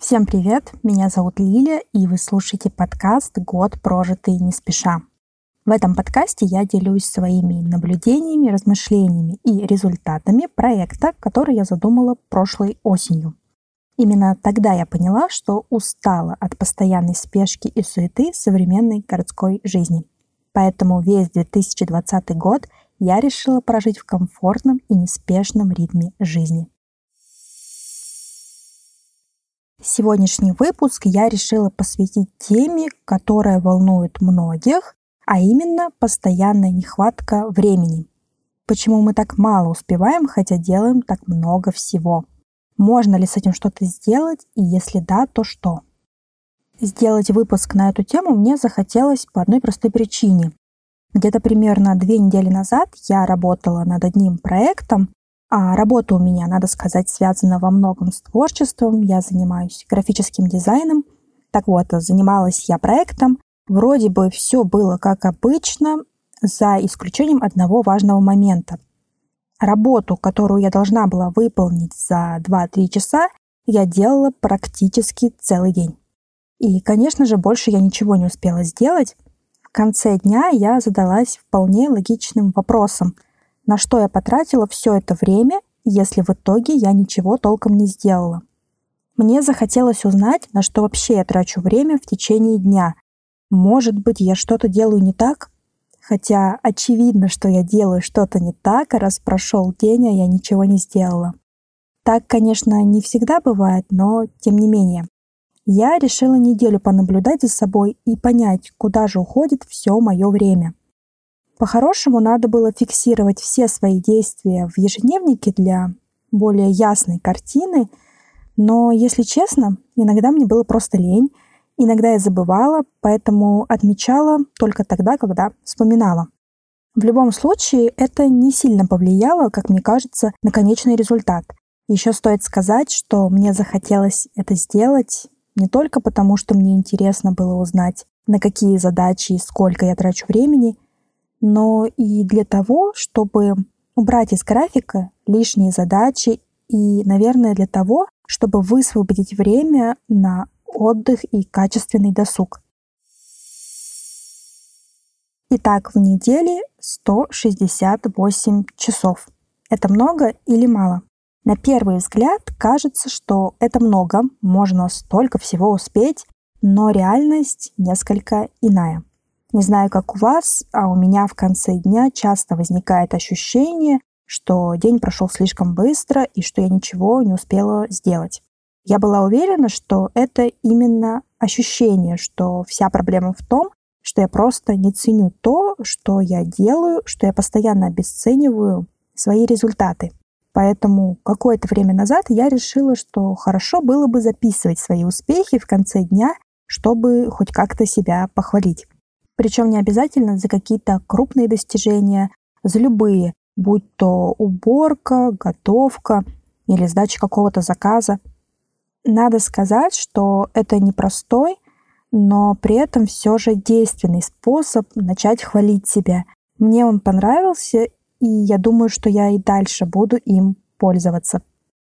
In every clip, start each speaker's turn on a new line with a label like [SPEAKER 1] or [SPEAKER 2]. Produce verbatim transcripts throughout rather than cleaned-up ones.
[SPEAKER 1] Всем привет, меня зовут Лиля, и вы слушаете подкаст «Год, прожитый не спеша». В этом подкасте я делюсь своими наблюдениями, размышлениями и результатами проекта, который я задумала прошлой осенью. Именно тогда я поняла, что устала от постоянной спешки и суеты современной городской жизни. Поэтому весь две тысячи двадцатый год я решила прожить в комфортном и неспешном ритме жизни. Сегодняшний выпуск я решила посвятить теме, которая волнует многих, а именно постоянная нехватка времени. Почему мы так мало успеваем, хотя делаем так много всего? Можно ли с этим что-то сделать, и если да, то что? Сделать выпуск на эту тему мне захотелось по одной простой причине. Где-то примерно две недели назад я работала над одним проектом, а работа у меня, надо сказать, связана во многом с творчеством. Я занимаюсь графическим дизайном. Так вот, занималась я проектом. Вроде бы все было как обычно, за исключением одного важного момента. Работу, которую я должна была выполнить за два-три часа, я делала практически целый день. И, конечно же, больше я ничего не успела сделать. В конце дня я задалась вполне логичным вопросом: на что я потратила все это время, если в итоге я ничего толком не сделала. Мне захотелось узнать, на что вообще я трачу время в течение дня. Может быть, я что-то делаю не так? Хотя очевидно, что я делаю что-то не так, раз прошел день, а я ничего не сделала. Так, конечно, не всегда бывает, но тем не менее. Я решила неделю понаблюдать за собой и понять, куда же уходит все мое время. По-хорошему, надо было фиксировать все свои действия в ежедневнике для более ясной картины, но, если честно, иногда мне было просто лень, иногда я забывала, поэтому отмечала только тогда, когда вспоминала. В любом случае, это не сильно повлияло, как мне кажется, на конечный результат. Еще стоит сказать, что мне захотелось это сделать не только потому, что мне интересно было узнать, на какие задачи и сколько я трачу времени, но и для того, чтобы убрать из графика лишние задачи и, наверное, для того, чтобы высвободить время на отдых и качественный досуг. Итак, в неделе сто шестьдесят восемь часов. Это много или мало? На первый взгляд кажется, что это много, можно столько всего успеть, но реальность несколько иная. Не знаю, как у вас, а у меня в конце дня часто возникает ощущение, что день прошел слишком быстро и что я ничего не успела сделать. Я была уверена, что это именно ощущение, что вся проблема в том, что я просто не ценю то, что я делаю, что я постоянно обесцениваю свои результаты. Поэтому какое-то время назад я решила, что хорошо было бы записывать свои успехи в конце дня, чтобы хоть как-то себя похвалить. Причем не обязательно за какие-то крупные достижения, за любые, будь то уборка, готовка или сдача какого-то заказа. Надо сказать, что это непростой, но при этом все же действенный способ начать хвалить себя. Мне он понравился, и я думаю, что я и дальше буду им пользоваться.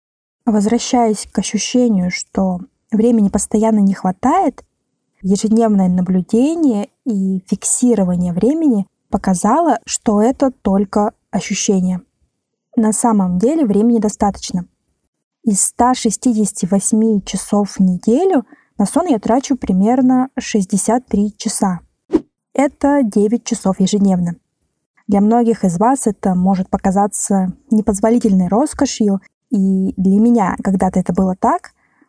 [SPEAKER 1] Возвращаясь к ощущению, что времени постоянно не хватает, ежедневное наблюдение и фиксирование времени показало, что это только ощущение. На самом деле времени достаточно. Из ста шестидесяти восьми часов в неделю на сон я трачу примерно шестьдесят три часа. Это девять часов ежедневно. Для многих из вас это может показаться непозволительной роскошью, и для меня когда-то это было так,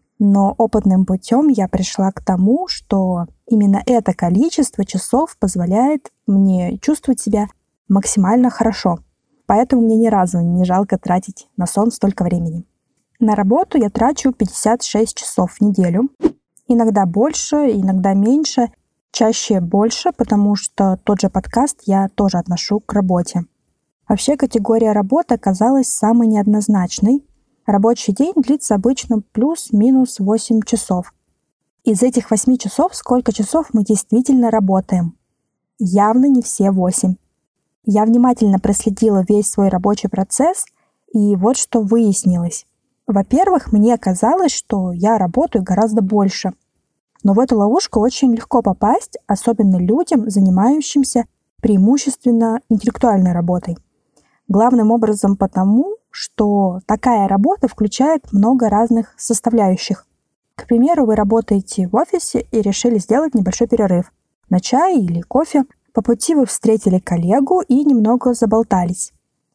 [SPEAKER 1] но опытным путем я пришла к тому, что именно это количество часов позволяет мне чувствовать себя максимально хорошо. Поэтому мне ни разу не жалко тратить на сон столько времени. На работу я трачу пятьдесят шесть часов в неделю. Иногда больше, иногда меньше, чаще больше, потому что тот же подкаст я тоже отношу к работе. Вообще категория работы оказалась самой неоднозначной. Рабочий день длится обычно плюс-минус восемь часов. Из этих восьми часов сколько часов мы действительно работаем? Явно не все восемь. Я внимательно проследила весь свой рабочий процесс, и вот что выяснилось. Во-первых, мне казалось, что я работаю гораздо больше. Но в эту ловушку очень легко попасть, особенно людям, занимающимся преимущественно интеллектуальной работой. Главным образом потому, что такая работа включает много разных составляющих. К примеру, вы работаете в офисе и решили сделать небольшой перерыв на чай или кофе. По пути вы встретили коллегу и немного заболтались.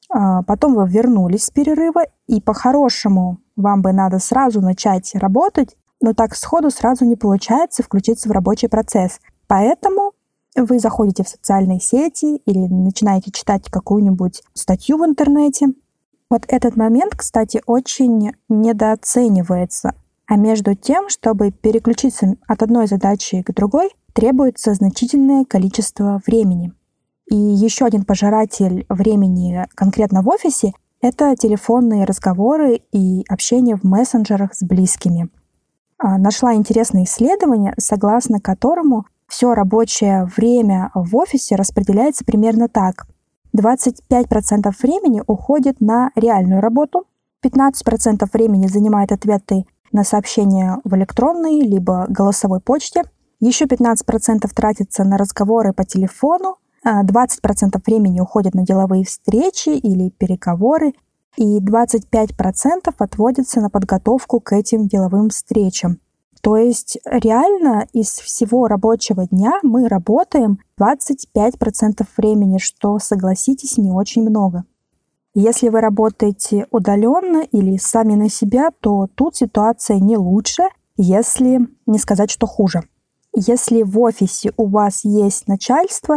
[SPEAKER 1] А потом вы вернулись с перерыва, и по-хорошему вам бы надо сразу начать работать, но так сходу сразу не получается включиться в рабочий процесс. Поэтому вы заходите в социальные сети или начинаете читать какую-нибудь статью в интернете. Вот этот момент, кстати, очень недооценивается. А между тем, чтобы переключиться от одной задачи к другой, требуется значительное количество времени. И еще один пожиратель времени конкретно в офисе — это телефонные разговоры и общение в мессенджерах с близкими. Нашла интересное исследование, согласно которому все рабочее время в офисе распределяется примерно так. двадцать пять процентов времени уходит на реальную работу, пятнадцать процентов времени занимает ответы на сообщения в электронной либо голосовой почте, еще пятнадцать процентов тратится на разговоры по телефону, двадцать процентов времени уходит на деловые встречи или переговоры, и двадцать пять процентов отводится на подготовку к этим деловым встречам. То есть реально из всего рабочего дня мы работаем двадцать пять процентов времени, что, согласитесь, не очень много. Если вы работаете удаленно или сами на себя, то тут ситуация не лучше, если не сказать, что хуже. Если в офисе у вас есть начальство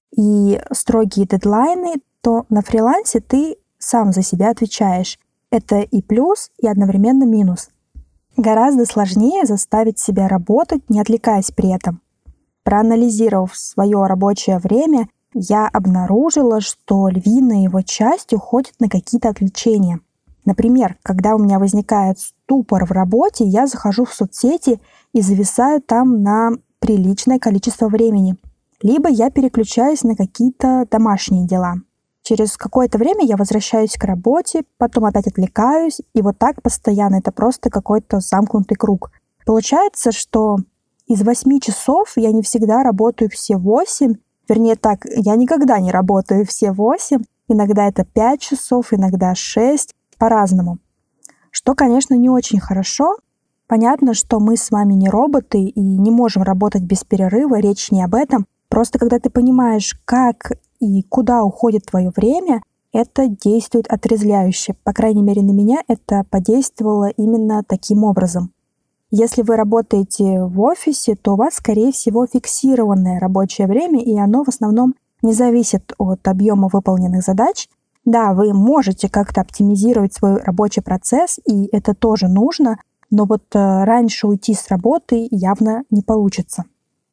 [SPEAKER 1] и строгие дедлайны, то на фрилансе ты сам за себя отвечаешь. Это и плюс, и одновременно минус. Гораздо сложнее заставить себя работать, не отвлекаясь при этом. Проанализировав свое рабочее время, я обнаружила, что львиная его часть уходит на какие-то отвлечения. Например, когда у меня возникает ступор в работе, я захожу в соцсети и зависаю там на приличное количество времени. Либо я переключаюсь на какие-то домашние дела. Через какое-то время я возвращаюсь к работе, потом опять отвлекаюсь, и вот так постоянно. Это просто какой-то замкнутый круг. Получается, что из восьми часов я не всегда работаю все восемь. Вернее так, я никогда не работаю все восемь. Иногда это пять часов, иногда шесть. По-разному. Что, конечно, не очень хорошо. Понятно, что мы с вами не роботы и не можем работать без перерыва, речь не об этом. Просто когда ты понимаешь, как и куда уходит твое время, это действует отрезвляюще. По крайней мере, на меня это подействовало именно таким образом. Если вы работаете в офисе, то у вас, скорее всего, фиксированное рабочее время, и оно в основном не зависит от объема выполненных задач. Да, вы можете как-то оптимизировать свой рабочий процесс, и это тоже нужно, но вот раньше уйти с работы явно не получится.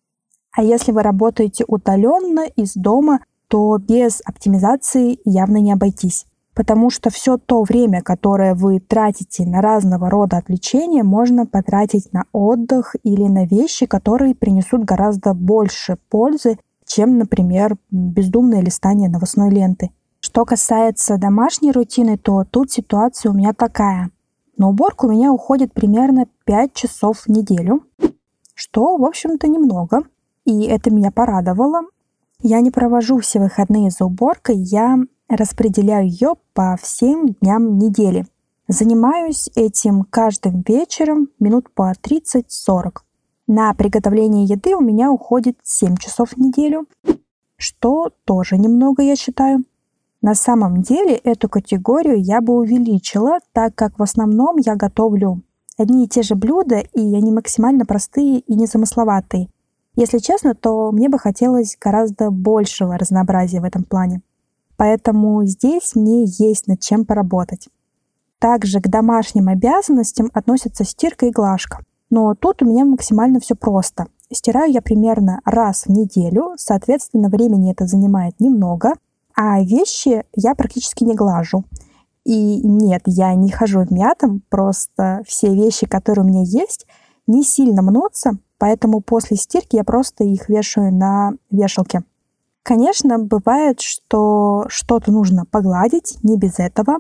[SPEAKER 1] А если вы работаете удаленно из дома, то без оптимизации явно не обойтись. Потому что все то время, которое вы тратите на разного рода отвлечения, можно потратить на отдых или на вещи, которые принесут гораздо больше пользы, чем, например, бездумное листание новостной ленты. Что касается домашней рутины, то тут ситуация у меня такая. На уборку у меня уходит примерно пять часов в неделю, что, в общем-то, немного. И это меня порадовало. Я не провожу все выходные за уборкой, я распределяю ее по всем дням недели. Занимаюсь этим каждым вечером минут по тридцать-сорок. На приготовление еды у меня уходит семь часов в неделю, что тоже немного, я считаю. На самом деле эту категорию я бы увеличила, так как в основном я готовлю одни и те же блюда, и они максимально простые и незамысловатые. Если честно, то мне бы хотелось гораздо большего разнообразия в этом плане. Поэтому здесь мне есть над чем поработать. Также к домашним обязанностям относятся стирка и глажка. Но тут у меня максимально все просто. Стираю я примерно раз в неделю, соответственно, времени это занимает немного, а вещи я практически не глажу. И нет, я не хожу в мятом, просто все вещи, которые у меня есть, не сильно мнутся, поэтому после стирки я просто их вешаю на вешалке. Конечно, бывает, что что-то нужно погладить, не без этого.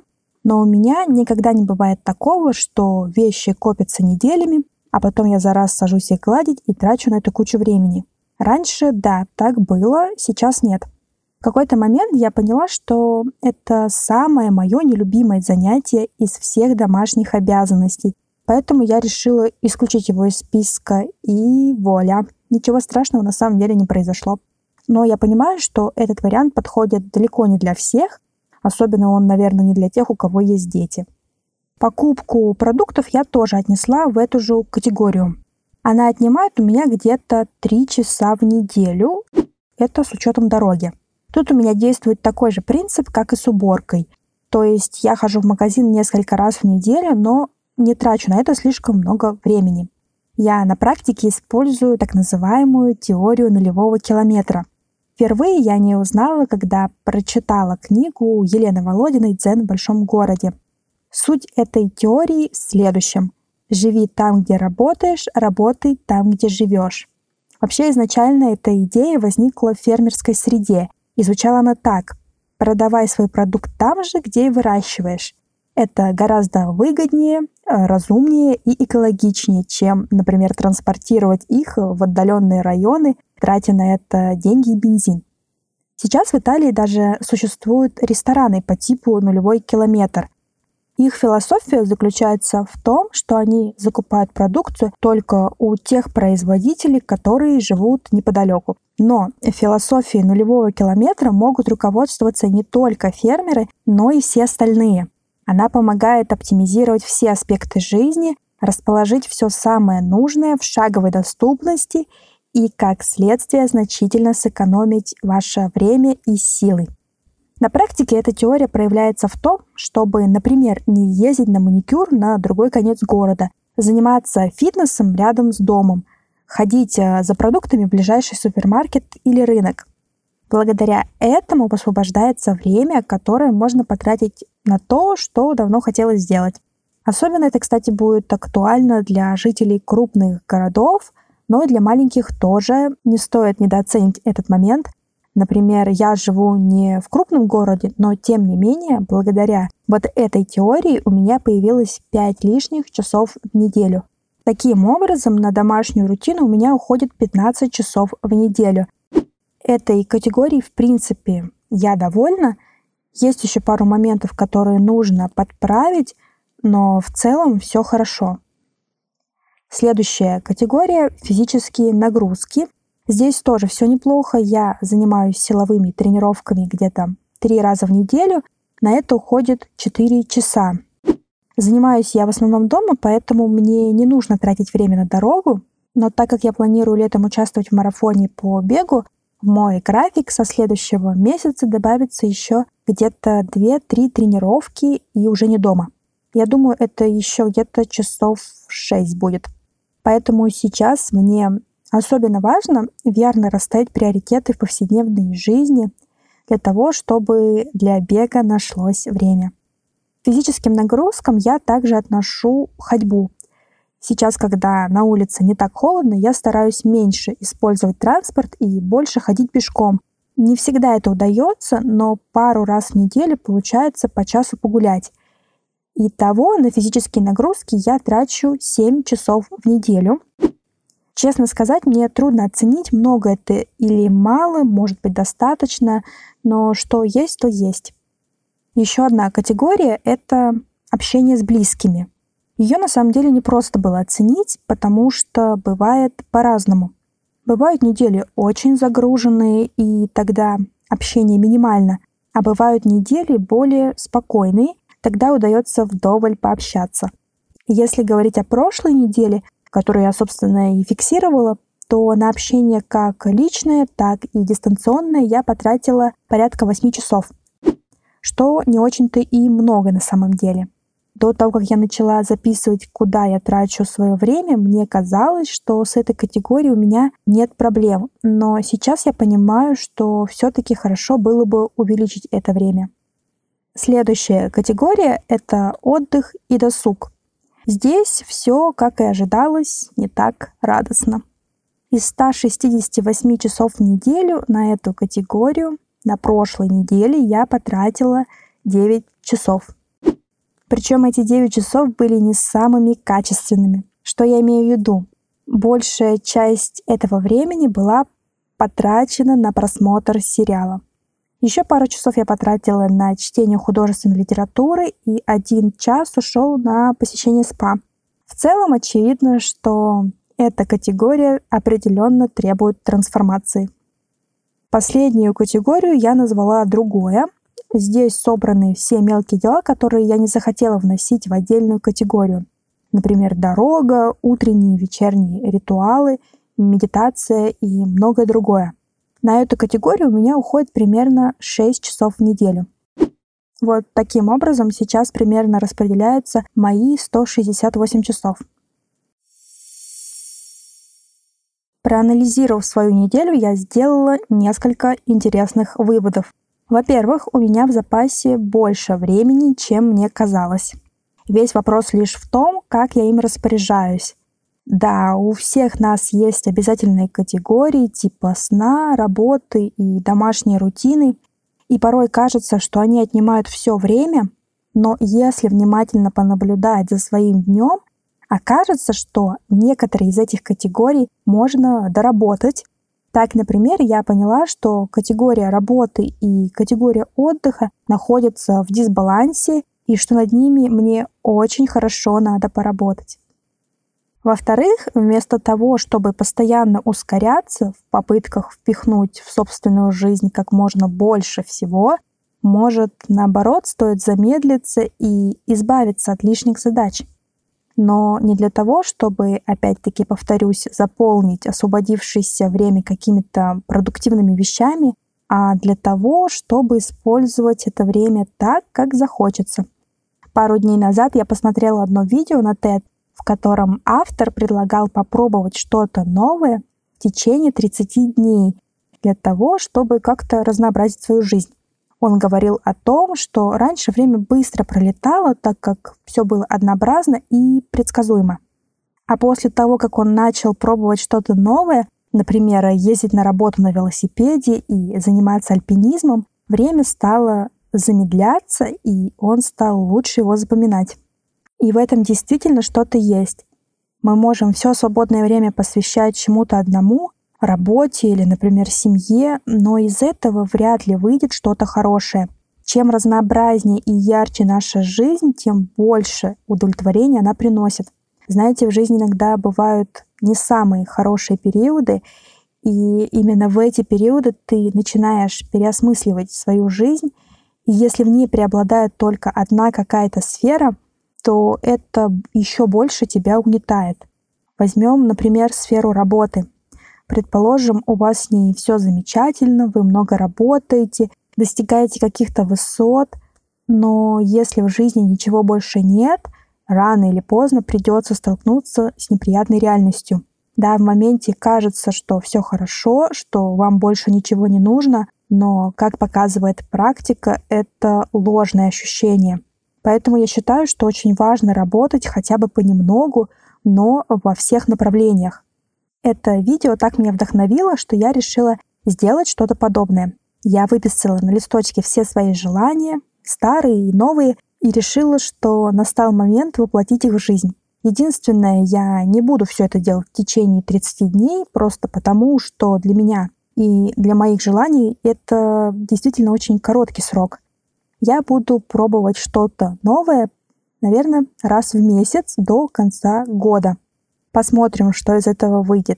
[SPEAKER 1] Но у меня никогда не бывает такого, что вещи копятся неделями, а потом я за раз сажусь их гладить и трачу на это кучу времени. Раньше, да, так было, сейчас нет. В какой-то момент я поняла, что это самое мое нелюбимое занятие из всех домашних обязанностей. Поэтому я решила исключить его из списка, и вуаля, ничего страшного на самом деле не произошло. Но я понимаю, что этот вариант подходит далеко не для всех, особенно он, наверное, не для тех, у кого есть дети. Покупку продуктов я тоже отнесла в эту же категорию. Она отнимает у меня где-то три часа в неделю. Это с учетом дороги. Тут у меня действует такой же принцип, как и с уборкой. То есть я хожу в магазин несколько раз в неделю, но не трачу на это слишком много времени. Я на практике использую так называемую теорию нулевого километра. Впервые я о ней узнала, когда прочитала книгу Елены Володиной «Дзен в большом городе». Суть этой теории в следующем. Живи там, где работаешь, работай там, где живешь. Вообще изначально эта идея возникла в фермерской среде. И звучала она так. Продавай свой продукт там же, где и выращиваешь. Это гораздо выгоднее, разумнее и экологичнее, чем, например, транспортировать их в отдаленные районы, тратя на это деньги и бензин. Сейчас в Италии даже существуют рестораны по типу «Нулевой километр». Их философия заключается в том, что они закупают продукцию только у тех производителей, которые живут неподалеку. Но философией нулевого километра могут руководствоваться не только фермеры, но и все остальные. Она помогает оптимизировать все аспекты жизни, расположить все самое нужное в шаговой доступности и, как следствие, значительно сэкономить ваше время и силы. На практике эта теория проявляется в том, чтобы, например, не ездить на маникюр на другой конец города, заниматься фитнесом рядом с домом, ходить за продуктами в ближайший супермаркет или рынок. Благодаря этому освобождается время, которое можно потратить на то, что давно хотелось сделать. Особенно это, кстати, будет актуально для жителей крупных городов, но и для маленьких тоже. Не стоит недооценить этот момент. Например, я живу не в крупном городе, но тем не менее, благодаря вот этой теории у меня появилось пять лишних часов в неделю. Таким образом, на домашнюю рутину у меня уходит пятнадцать часов в неделю. Этой категории, в принципе, я довольна. Есть еще пару моментов, которые нужно подправить, но в целом все хорошо. Следующая категория – физические нагрузки. Здесь тоже все неплохо. Я занимаюсь силовыми тренировками где-то три раза в неделю. На это уходит четыре часа. Занимаюсь я в основном дома, поэтому мне не нужно тратить время на дорогу. Но так как я планирую летом участвовать в марафоне по бегу, в мой график со следующего месяца добавится еще где-то две-три тренировки и уже не дома. Я думаю, это еще где-то часов шесть будет. Поэтому сейчас мне особенно важно верно расставить приоритеты в повседневной жизни для того, чтобы для бега нашлось время. К физическим нагрузкам я также отношу ходьбу. Сейчас, когда на улице не так холодно, я стараюсь меньше использовать транспорт и больше ходить пешком. Не всегда это удается, но пару раз в неделю получается по часу погулять. Итого на физические нагрузки я трачу семь часов в неделю. Честно сказать, мне трудно оценить, много это или мало, может быть достаточно, но что есть, то есть. Еще одна категория – это общение с близкими. Ее на самом деле не просто было оценить, потому что бывает по-разному. Бывают недели очень загруженные, и тогда общение минимально, а бывают недели более спокойные, тогда удается вдоволь пообщаться. Если говорить о прошлой неделе, которую я, собственно, и фиксировала, то на общение как личное, так и дистанционное я потратила порядка восемь часов, что не очень-то и много на самом деле. До того, как я начала записывать, куда я трачу свое время, мне казалось, что с этой категорией у меня нет проблем. Но сейчас я понимаю, что все-таки хорошо было бы увеличить это время. Следующая категория – это отдых и досуг. Здесь все, как и ожидалось, не так радостно. Из ста шестидесяти восьми часов в неделю на эту категорию на прошлой неделе я потратила девять часов. Причем эти девять часов были не самыми качественными. Что я имею в виду? Большая часть этого времени была потрачена на просмотр сериала. Еще пару часов я потратила на чтение художественной литературы, и один час ушел на посещение спа. В целом очевидно, что эта категория определенно требует трансформации. Последнюю категорию я назвала «другое». Здесь собраны все мелкие дела, которые я не захотела вносить в отдельную категорию. Например, дорога, утренние и вечерние ритуалы, медитация и многое другое. На эту категорию у меня уходит примерно шесть часов в неделю. Вот таким образом сейчас примерно распределяются мои сто шестьдесят восемь часов. Проанализировав свою неделю, я сделала несколько интересных выводов. Во-первых, у меня в запасе больше времени, чем мне казалось. Весь вопрос лишь в том, как я им распоряжаюсь. Да, у всех нас есть обязательные категории типа сна, работы и домашней рутины, и порой кажется, что они отнимают все время, но если внимательно понаблюдать за своим днем, окажется, что некоторые из этих категорий можно доработать. Так, например, я поняла, что категория работы и категория отдыха находятся в дисбалансе, и что над ними мне очень хорошо надо поработать. Во-вторых, вместо того, чтобы постоянно ускоряться в попытках впихнуть в собственную жизнь как можно больше всего, может, наоборот, стоит замедлиться и избавиться от лишних задач. Но не для того, чтобы, опять-таки повторюсь, заполнить освободившееся время какими-то продуктивными вещами, а для того, чтобы использовать это время так, как захочется. Пару дней назад я посмотрела одно видео на тед, в котором автор предлагал попробовать что-то новое в течение тридцати дней для того, чтобы как-то разнообразить свою жизнь. Он говорил о том, что раньше время быстро пролетало, так как все было однообразно и предсказуемо. А после того, как он начал пробовать что-то новое, например, ездить на работу на велосипеде и заниматься альпинизмом, время стало замедляться, и он стал лучше его запоминать. И в этом действительно что-то есть. Мы можем все свободное время посвящать чему-то одному, работе или, например, семье, но из этого вряд ли выйдет что-то хорошее. Чем разнообразнее и ярче наша жизнь, тем больше удовлетворения она приносит. Знаете, в жизни иногда бывают не самые хорошие периоды, и именно в эти периоды ты начинаешь переосмысливать свою жизнь, и если в ней преобладает только одна какая-то сфера, то это еще больше тебя угнетает. Возьмем, например, сферу работы. Предположим, у вас с ней все замечательно, вы много работаете, достигаете каких-то высот, но если в жизни ничего больше нет, рано или поздно придется столкнуться с неприятной реальностью. Да, в моменте кажется, что все хорошо, что вам больше ничего не нужно, но, как показывает практика, это ложное ощущение. Поэтому я считаю, что очень важно работать хотя бы понемногу, но во всех направлениях. Это видео так меня вдохновило, что я решила сделать что-то подобное. Я выписала на листочке все свои желания, старые и новые, и решила, что настал момент воплотить их в жизнь. Единственное, я не буду все это делать в течение тридцати дней, просто потому, что для меня и для моих желаний это действительно очень короткий срок. Я буду пробовать что-то новое, наверное, раз в месяц до конца года. Посмотрим, что из этого выйдет.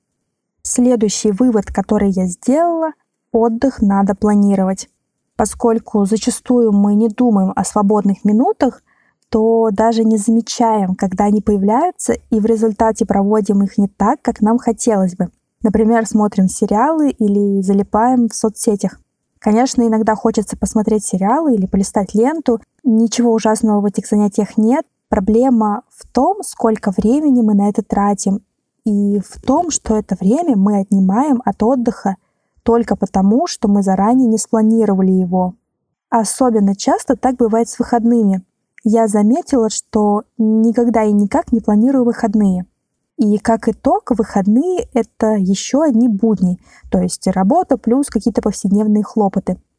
[SPEAKER 1] Следующий вывод, который я сделала – отдых надо планировать. Поскольку зачастую мы не думаем о свободных минутах, то даже не замечаем, когда они появляются, и в результате проводим их не так, как нам хотелось бы. Например, смотрим сериалы или залипаем в соцсетях. Конечно, иногда хочется посмотреть сериалы или полистать ленту. Ничего ужасного в этих занятиях нет. Проблема в том, сколько времени мы на это тратим, и в том, что это время мы отнимаем от отдыха только потому, что мы заранее не спланировали его. Особенно часто так бывает с выходными. Я заметила, что никогда и никак не планирую выходные. И как итог, выходные — это еще одни будни, то есть работа плюс какие-то повседневные хлопоты.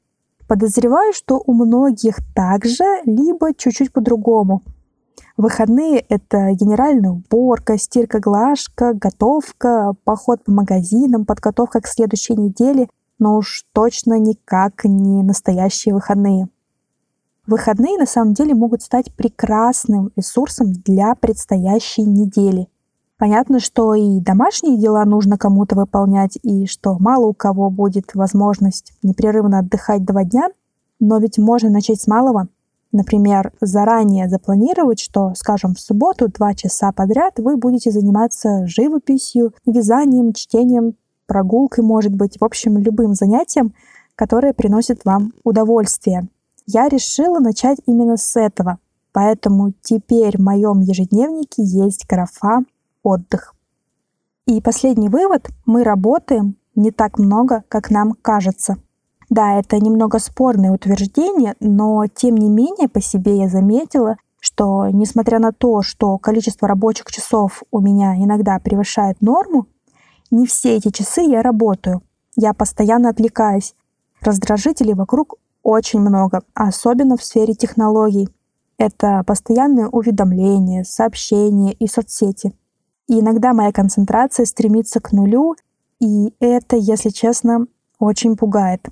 [SPEAKER 1] Подозреваю, что у многих также, либо чуть-чуть по-другому. Выходные — это генеральная уборка, стирка-глажка, готовка, поход по магазинам, подготовка к следующей неделе, но уж точно никак не настоящие выходные. Выходные на самом деле могут стать прекрасным ресурсом для предстоящей недели. Понятно, что и домашние дела нужно кому-то выполнять, и что мало у кого будет возможность непрерывно отдыхать два дня, но ведь можно начать с малого. Например, заранее запланировать, что, скажем, в субботу два часа подряд вы будете заниматься живописью, вязанием, чтением, прогулкой, может быть, в общем, любым занятием, которое приносит вам удовольствие. Я решила начать именно с этого, поэтому теперь в моем ежедневнике есть графа «Отдых». И последний вывод – мы работаем не так много, как нам кажется. Да, это немного спорное утверждение, но тем не менее по себе я заметила, что несмотря на то, что количество рабочих часов у меня иногда превышает норму, не все эти часы я работаю. Я постоянно отвлекаюсь. Раздражителей вокруг очень много, особенно в сфере технологий. Это постоянные уведомления, сообщения и соцсети. И иногда моя концентрация стремится к нулю, и это, если честно, очень пугает.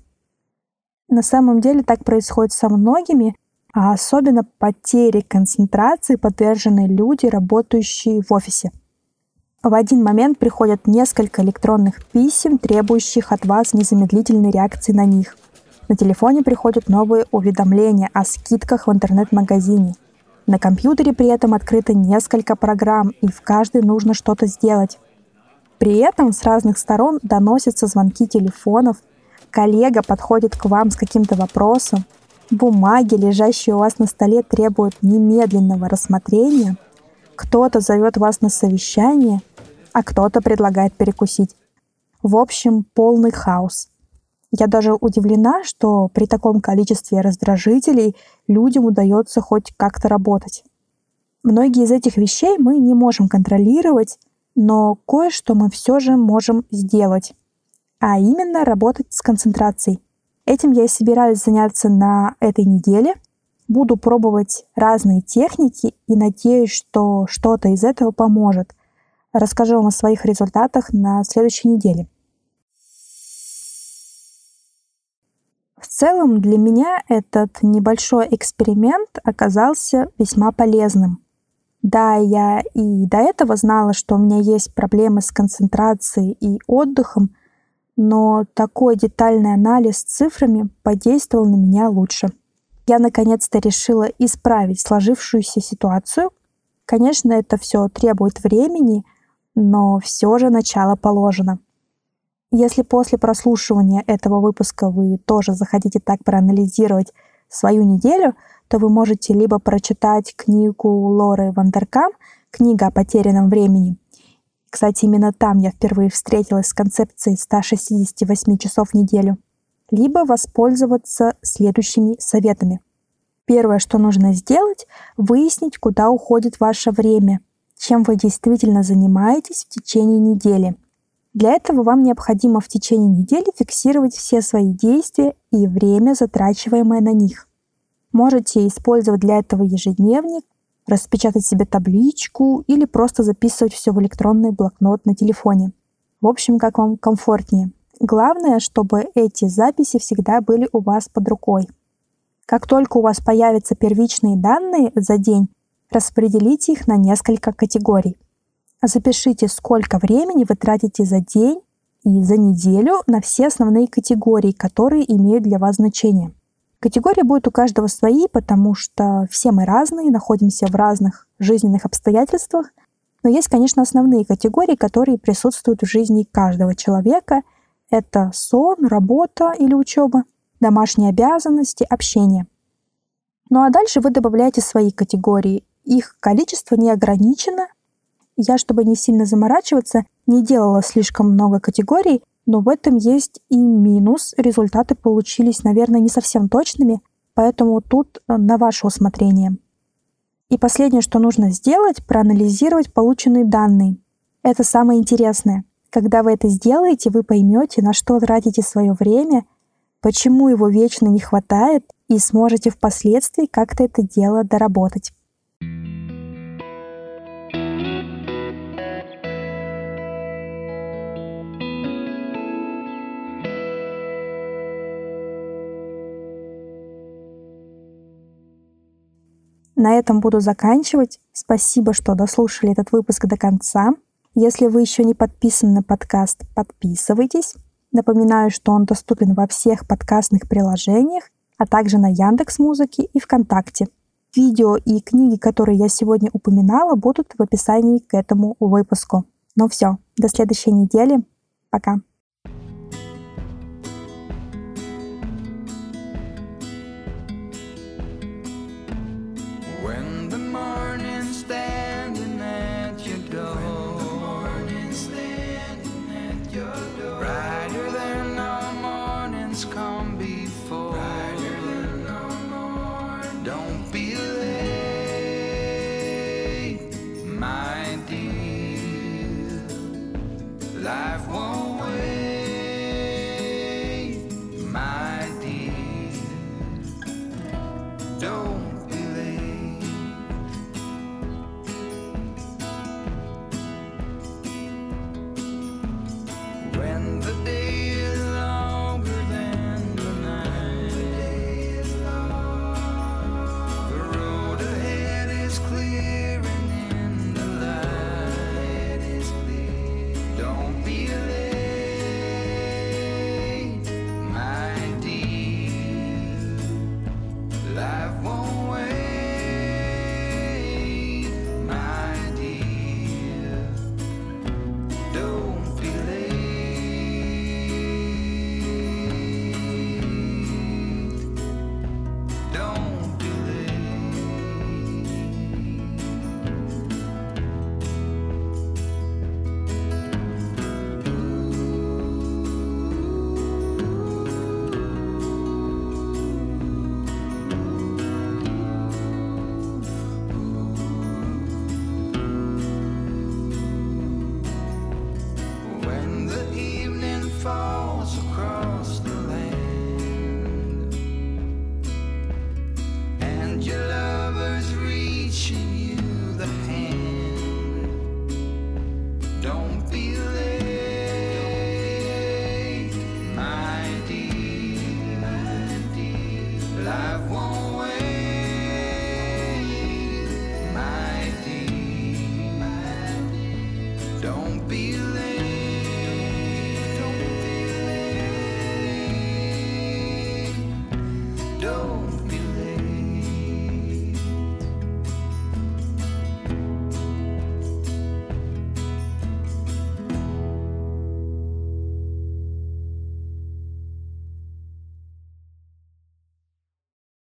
[SPEAKER 1] На самом деле так происходит со многими, а особенно потере концентрации подвержены люди, работающие в офисе. В один момент приходят несколько электронных писем, требующих от вас незамедлительной реакции на них. На телефоне приходят новые уведомления о скидках в интернет-магазине. На компьютере при этом открыто несколько программ, и в каждой нужно что-то сделать. При этом с разных сторон доносятся звонки телефонов, коллега подходит к вам с каким-то вопросом, бумаги, лежащие у вас на столе, требуют немедленного рассмотрения, кто-то зовет вас на совещание, а кто-то предлагает перекусить. В общем, полный хаос. Я даже удивлена, что при таком количестве раздражителей людям удается хоть как-то работать. Многие из этих вещей мы не можем контролировать, но кое-что мы все же можем сделать. А именно работать с концентрацией. Этим я и собираюсь заняться на этой неделе. Буду пробовать разные техники и надеюсь, что что-то из этого поможет. Расскажу вам о своих результатах на следующей неделе. В целом для меня этот небольшой эксперимент оказался весьма полезным. Да, я и до этого знала, что у меня есть проблемы с концентрацией и отдыхом, но такой детальный анализ с цифрами подействовал на меня лучше. Я наконец-то решила исправить сложившуюся ситуацию. Конечно, это все требует времени, но все же начало положено. Если после прослушивания этого выпуска вы тоже захотите так проанализировать свою неделю, то вы можете либо прочитать книгу Лоры Вандеркам «Книга о потерянном времени». Кстати, именно там я впервые встретилась с концепцией ста шестидесяти восьми часов в неделю. Либо воспользоваться следующими советами. Первое, что нужно сделать, выяснить, куда уходит ваше время, чем вы действительно занимаетесь в течение недели. Для этого вам необходимо в течение недели фиксировать все свои действия и время, затрачиваемое на них. Можете использовать для этого ежедневник, распечатать себе табличку или просто записывать все в электронный блокнот на телефоне. В общем, как вам комфортнее. Главное, чтобы эти записи всегда были у вас под рукой. Как только у вас появятся первичные данные за день, распределите их на несколько категорий. Запишите, сколько времени вы тратите за день и за неделю на все основные категории, которые имеют для вас значение. Категории будут у каждого свои, потому что все мы разные, находимся в разных жизненных обстоятельствах. Но есть, конечно, основные категории, которые присутствуют в жизни каждого человека. Это сон, работа или учеба, домашние обязанности, общение. Ну а дальше вы добавляете свои категории. Их количество не ограничено. Я, чтобы не сильно заморачиваться, не делала слишком много категорий, но в этом есть и минус. Результаты получились, наверное, не совсем точными, поэтому тут на ваше усмотрение. И последнее, что нужно сделать, проанализировать полученные данные. Это самое интересное. Когда вы это сделаете, вы поймете, на что тратите свое время, почему его вечно не хватает, и сможете впоследствии как-то это дело доработать. На этом буду заканчивать. Спасибо, что дослушали этот выпуск до конца. Если вы еще не подписаны на подкаст, подписывайтесь. Напоминаю, что он доступен во всех подкастных приложениях, а также на Яндекс.Музыке и ВКонтакте. Видео и книги, которые я сегодня упоминала, будут в описании к этому выпуску. Ну все, до следующей недели. Пока.